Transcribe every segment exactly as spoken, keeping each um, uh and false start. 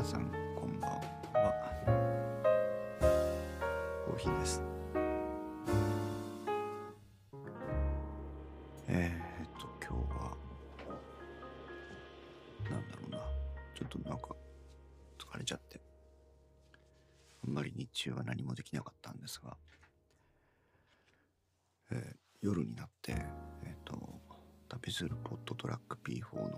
さんこんばんは。コーヒーです。えーっと今日はなんだろうな、ちょっとなんか疲れちゃってあんまり日中は何もできなかったんですが、えー夜になってえーっと旅するポットトラック ピーフォー の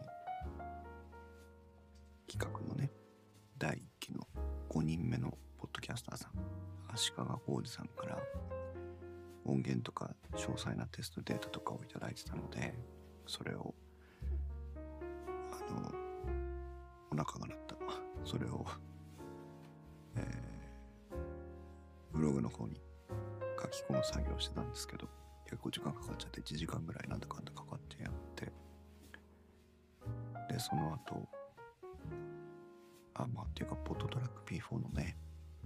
企画のねだいいっきのごにんめのポッドキャスターさん、足利浩二さんから音源とか詳細なテストデータとかをいただいてたので、それをあのお腹が鳴ったそれを、えー、ブログの方に書き込む作業をしてたんですけど、結構時間かかっちゃっていちじかんぐらいなんだかんだかかってやって、でその後あまあっていうかポットトラック ピーフォー のね、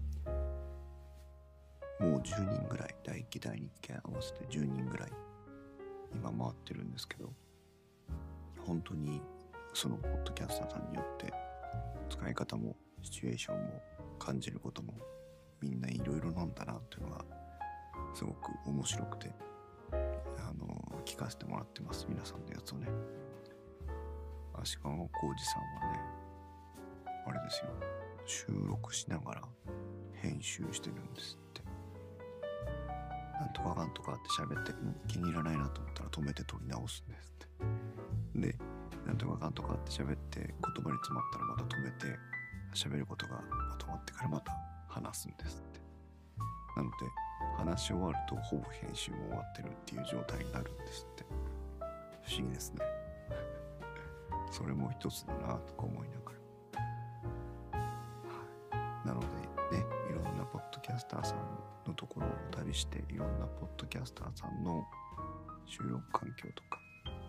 もうじゅうにんぐらいだいいっきだいにき合わせてじゅうにんぐらい今回ってるんですけど、本当にそのポッドキャスターさんによって使い方もシチュエーションも感じることもみんないろいろなんだなっていうのがすごく面白くて、あの聞かせてもらってます。皆さんのやつをね。足利浩二さんはね、あれですよ、収録しながら編集してるんですって。なんとかかんとかって喋って気に入らないなと思ったら止めて撮り直すんですって。でなんとかかんとかって喋って言葉に詰まったらまた止めて喋ることがまとまってからまた話すんですって。なので話し終わるとほぼ編集も終わってるっていう状態になるんですって。不思議ですね。それも一つだなとか思いながら、はい、なのでね、いろんなポッドキャスターさんのところを旅していろんなポッドキャスターさんの収録環境とか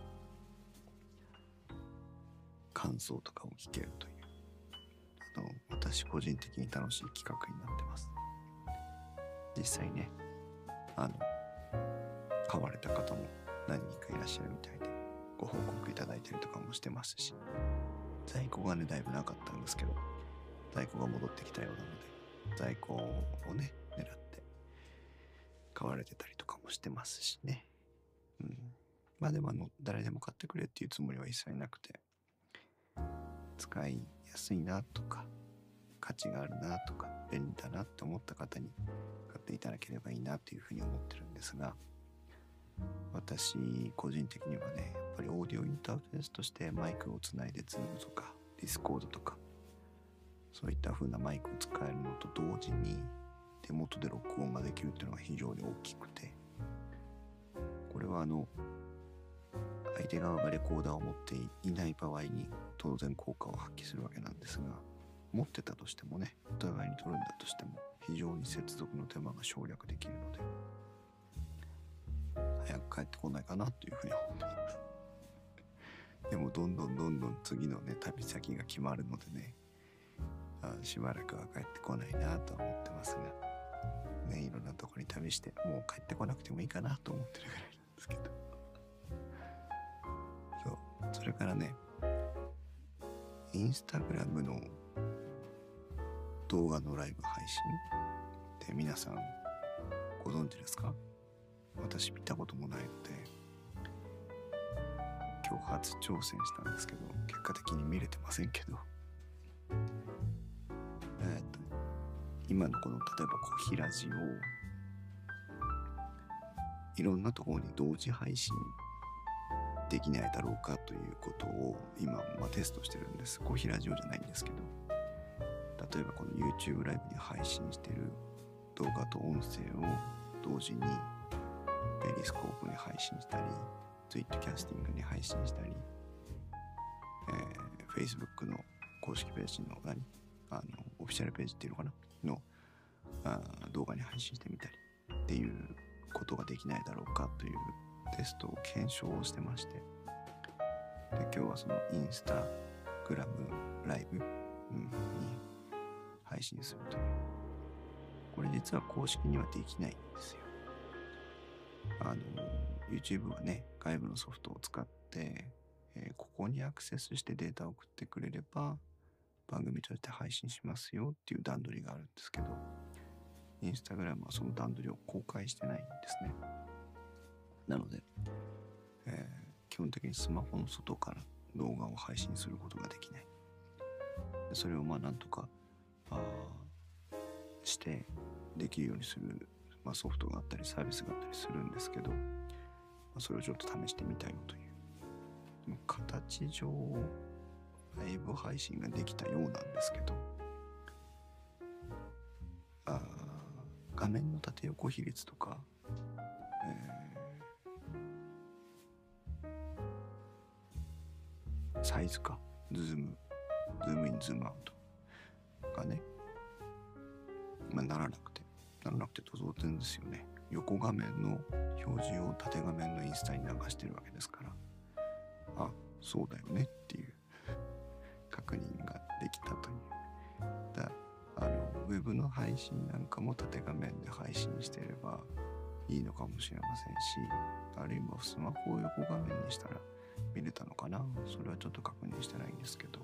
感想とかを聞けるという、あの私個人的に楽しい企画になってます。実際ね、あの買われた方も何人かいらっしゃるみたいでご報告いただいたりとかもしてますし、在庫がねだいぶなかったんですけど在庫が戻ってきたようなので在庫をね狙って買われてたりとかもしてますしね。うん、まあでもあの誰でも買ってくれっていうつもりは一切なくて、使いやすいなとか価値があるなとか便利だなって思った方に買っていただければいいなというふうに思ってるんですが、私個人的にはね、やっぱりオーディオインターフェースとしてマイクをつないで Zoom とか Discord とかそういった風なマイクを使えるのと同時に手元で録音ができるっていうのが非常に大きくて、これはあの相手側がレコーダーを持っていない場合に当然効果を発揮するわけなんですが、持ってたとしてもね、お互いに取るんだとしても非常に接続の手間が省略できるので早く帰ってこないかなというふうに思っています。でもどんどんどんどん次のね旅先が決まるのでね、あしばらくは帰ってこないなとは思ってますがね、いろんなところに旅してもう帰ってこなくてもいいかなと思ってるぐらいなんですけど、そうそれからね、インスタグラムの動画のライブ配信って皆さんご存知ですか？私見たこともないので今日初挑戦したんですけど結果的に見れてませんけど、えっと今のこの例えばコヒラジをいろんなところに同時配信できないだろうかということを今、まあ、テストしてるんです。コヒラジオじゃないんですけど、例えばこの YouTube ライブに配信している動画と音声を同時にペリスコープに配信したり Twitter キャスティングに配信したり、えー、Facebook の公式ページの何あのオフィシャルページっていうのかなのあ動画に配信してみたりっていうことができないだろうかというテストを検証をしてまして、で今日はそのインスタグラムライブ、うん、に配信するという、これ実は公式にはできないんですよ。あの YouTube はね外部のソフトを使って、えー、ここにアクセスしてデータを送ってくれれば番組として配信しますよっていう段取りがあるんですけど、インスタグラムはその段取りを公開してないんですね。なので、えー、基本的にスマホの外から動画を配信することができない。でそれをまあなんとかあしてできるようにする、まあ、ソフトがあったりサービスがあったりするんですけど、まあ、それをちょっと試してみたいという。でも形上ライブ配信ができたようなんですけど、あ画面の縦横比率とか、えー、サイズかズームズームインズームアウトがね、まあ、ならなくてならなくて当然ですよね。横画面の表示を縦画面のインスタに流してるわけですから、あ、そうだよねっていう確認ができたという。だあのウェブの配信なんかも縦画面で配信してればいいのかもしれませんし、あるいはスマホを横画面にしたら見れたのかな、それはちょっと確認してないんですけど、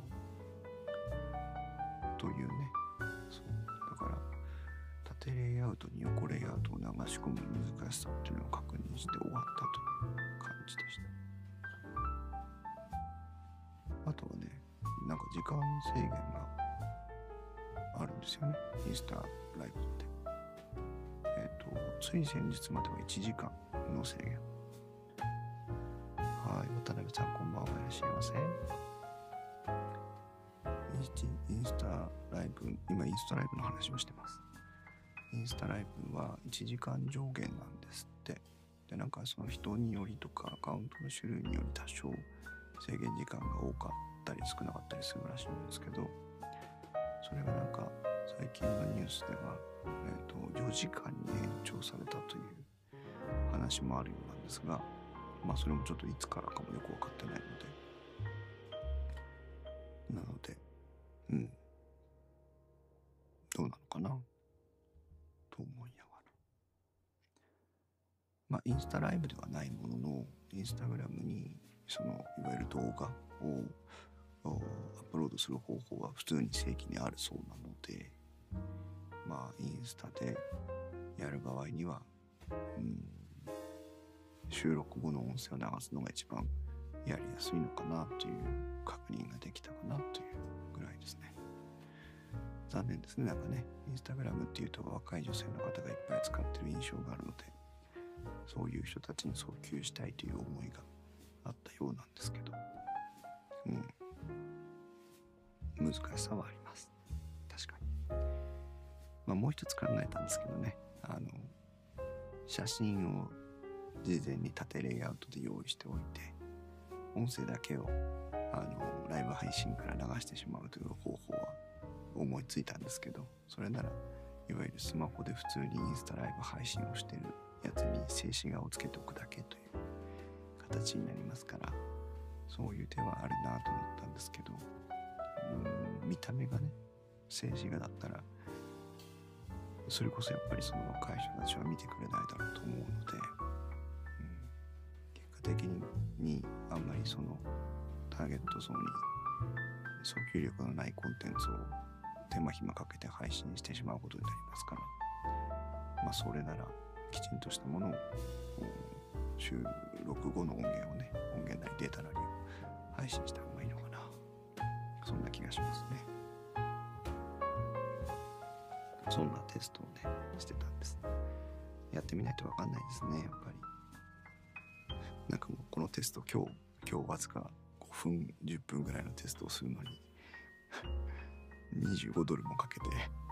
というね。そうだから縦レイアウトに横レイアウトを流し込む難しさっていうのを確認して終わったという感じでした。あとはね、なんか時間制限があるんですよね、インスタライブって。えっ、ー、とつい先日まではいちじかんの制限。はい、渡辺さんこんばんはいらっしゃいませ。インスタライブ、今インスタライブの話をしてます。インスタライブはいちじかん上限なんですって。で、なんかその人によりとかアカウントの種類により多少制限時間が多かったり少なかったりするらしいんですけど、それがなんか最近のニュースでは、えーと、よじかんに延長されたという話もあるようなんですが、まあそれもちょっといつからかもよく分かってないので、なので、うん、どうなのかなと思いながら、まあインスタライブではないものの、インスタグラムにそのいわゆる動画をアップロードする方法は普通に正規にあるそうなので、まあインスタでやる場合には、うん、収録後の音声を流すのが一番やりやすいのかなという確認ができたかなというぐらいですね。残念ですね。なんかね、インスタグラムっていうと若い女性の方がいっぱい使ってる印象があるので、そういう人たちに訴求したいという思いがあったようなんですけど、うん、難しさはあります。確かに。まあもう一つ考えたんですけどね、あの写真を事前に縦レイアウトで用意しておいて、音声だけをあのライブ配信から流してしまうという方法は思いついたんですけど、それならいわゆるスマホで普通にインスタライブ配信をしているやつに静止画をつけておくだけという形になりますから、そういう手はあるなと思ったんですけど、うーん見た目がね静止画だったらそれこそやっぱりその若い人たちは見てくれないだろうと思うので、うん、結果的にあんまりそのターゲット層に訴求力のないコンテンツを手間暇かけて配信してしまうことになりますから、まあそれならきちんとしたものを収録後の音源をね、音源なりデータなりを配信した方がいいのかな、そんな気がしますね。そんなテストをねしてたんです。やってみないと分かんないですね、やっぱり。なんかもうこのテスト今日今日わずかごふんじゅっぷんぐらいのテストをするのににじゅうごドルもかけて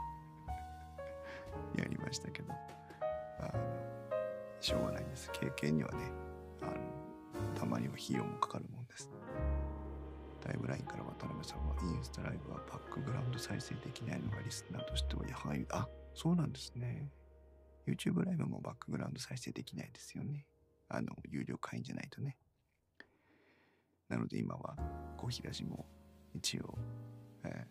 やりましたけど、あのしょうがないです。経験にはね、あのたまには費用もかかるもんです。タイムラインから渡辺さんはインスタライブはバックグラウンド再生できないのがリスナーとしてはやはり、あ、そうなんですね。YouTube ライブもバックグラウンド再生できないですよね。あの有料会員じゃないとね。なので今は小平寺も一応、え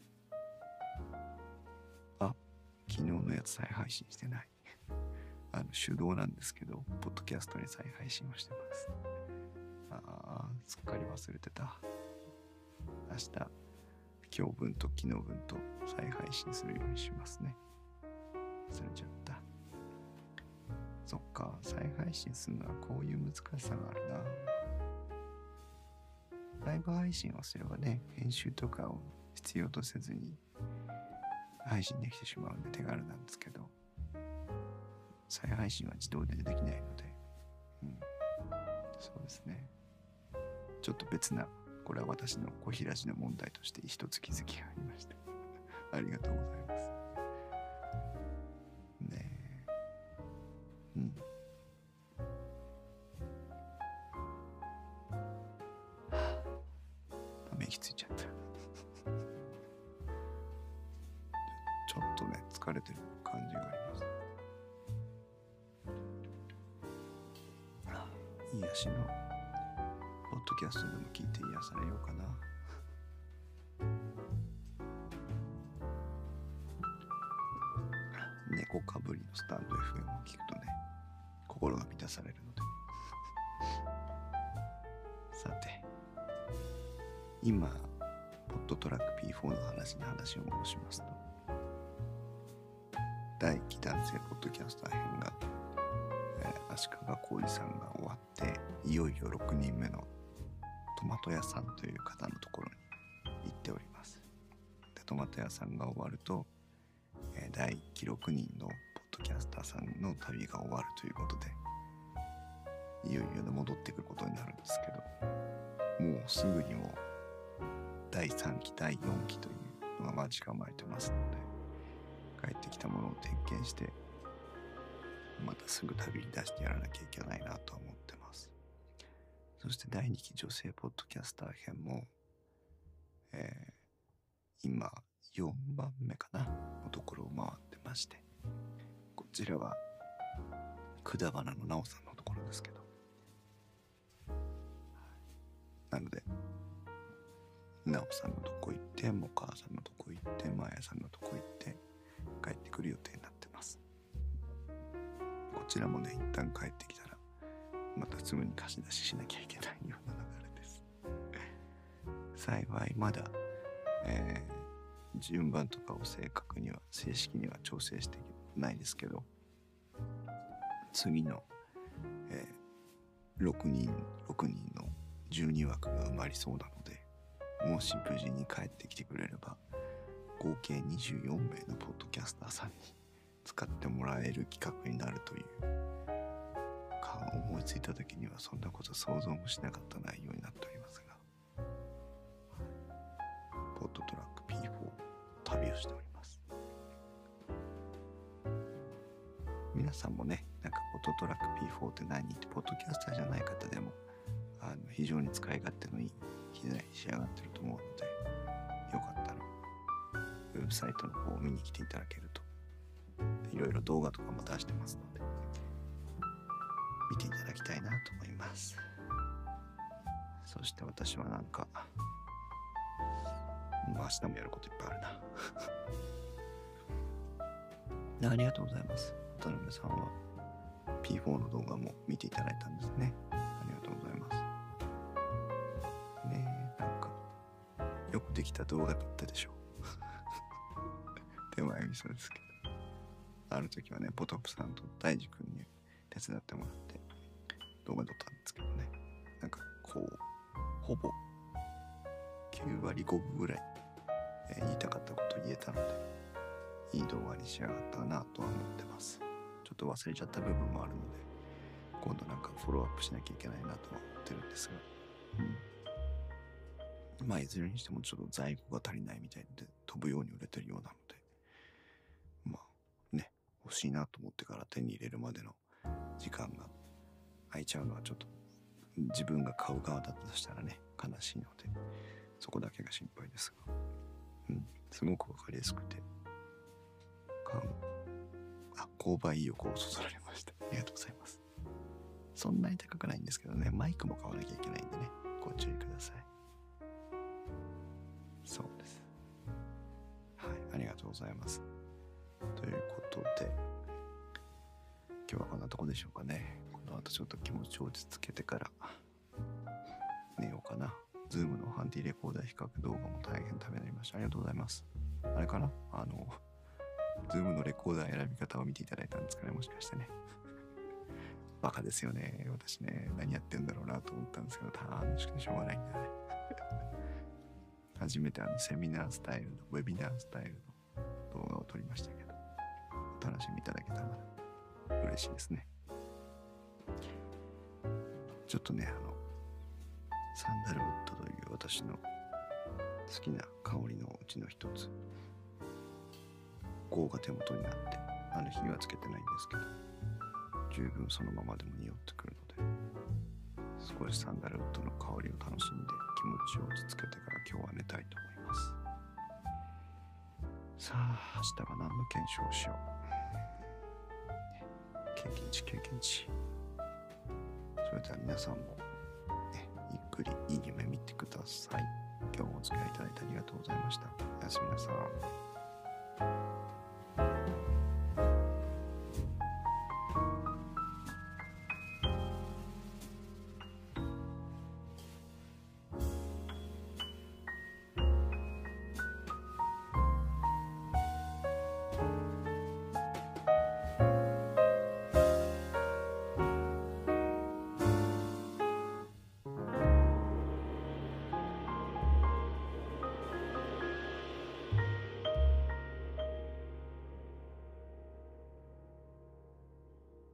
ー、あ、昨日のやつ再配信してない。あの手動なんですけど、ポッドキャストに再配信をしてます。ああ、すっかり忘れてた。明日今日分と昨日分と再配信するようにしますね。忘れちゃった。そっか、再配信するのはこういう難しさがあるな。ライブ配信をすればね、編集とかを必要とせずに配信できてしまうんで手軽なんですけど、再配信は自動でできないので、うん、そうですね。ちょっと別な、これは私の小平寺の問題として一つ気づきがありました。ありがとうございます。ねえ。うん。ため息ついちゃった。ちょっとね、疲れてる感じがあります。癒しのポッドキャストでも聞いて癒されようかな。猫かぶりのスタンド エフエム を聞くとね、心が満たされるので。さて、今ポッドトラック ピーフォー の話に話を戻しますと、第一期男性ポッドキャスター編が、えー、足利浩二さんが終わって、いよいよろくにんめのトマト屋さんという方のところに行っております。でトマト屋さんが終わると、えー、だいいっきろくにんのポッドキャスターさんの旅が終わるということで、いよいよ戻ってくることになるんですけど、もうすぐにもだいさんきだいよんきというのが待ち構えてますので、帰ってきたものを点検してまたすぐ旅に出してやらなきゃいけないなと思ってます。そしてだいにき女性ポッドキャスター編も、えー、今よんばんめかなのところを回ってまして、こちらはくだばなのなおさんのところですけど、なのでなおさんのとこ行って、もかあさんのとこ行って、まやさんのとこ行って帰ってくる予定になってます。こちらもね、一旦帰ってきたらまたすぐに貸し出ししなきゃいけないような流れです。幸いまだ、えー、順番とかを正確には正式には調整してないですけど、次の、えー、ろくにんろくにんのじゅうにわくが埋まりそうなので、もし無事に帰ってきてくれれば合計にじゅうよんめいのポッドキャスターさんに使ってもらえる企画になるというか、思いついた時にはそんなこと想像もしなかった内容になっておりますが、ポッドトラック ピーフォー 旅をしております。皆さんもね、なんかポッドトラック ピーフォー って何ってポッドキャスターじゃない方でもあの非常に使い勝手のいい機材に仕上がってると思うので、よかったらウェブサイトの方を見に来ていただけると、いろいろ動画とかも出してますので見ていただきたいなと思います。そして私はなんか明日もやることいっぱいあるなありがとうございます。渡辺さんは ピーフォー の動画も見ていただいたんですね。ありがとうございますね。えなんかよくできた動画だったでしょう。手前味噌ですけど、ある時はね、ポトプさんと大地君に手伝ってもらって動画撮ったんですけどね、なんかこうほぼきゅうわりごぶぐらい、えー、言いたかったことを言えたので、いい動画に仕上がったなとは思ってます。ちょっと忘れちゃった部分もあるので、今度なんかフォローアップしなきゃいけないなとは思ってるんですが、うん、まあいずれにしてもちょっと在庫が足りないみたいで飛ぶように売れてるようなので、まあね、欲しいなと思ってから手に入れるまでの時間が空いちゃうのはちょっと自分が買う側だったとしたらね、悲しいので、そこだけが心配ですが、うん、すごくわかりやすくて買うあ購買意欲をそそられました。ありがとうございます。そんなに高くないんですけどね、マイクも買わなきゃいけないんでね、ご注意ください。そうです。はい、ありがとうございます。ということで、今日はこんなとこでしょうかね。この後ちょっと気持ちを落ち着けてから寝ようかな。 ズームのハンディレコーダー比較動画も大変ためになりました。ありがとうございます。あれかな、あのズームのレコーダー選び方を見ていただいたんですかね、もしかしてね。バカですよね。私ね、何やってんだろうなと思ったんですけど、楽しくてしょうがないんだね。初めてあのセミナースタイルの、ウェビナースタイルの動画を撮りましたけど、お楽しみいただけたら嬉しいですね。ちょっとね、あの、サンダルウッドという私の好きな香りのうちの一つ、香が手元にあって、あの火はつけてないんですけど、十分そのままでも匂ってくるので、少しサンダルウッドの香りを楽しんで気持ちを落ち着けてから今日は寝たいと思います。さあ、明日は何の検証をしよう。経験値経験値。それでは皆さんも、ね、ゆっくりいい夢見てください。今日もお付き合いいただいてありがとうございました。おやすみなさい。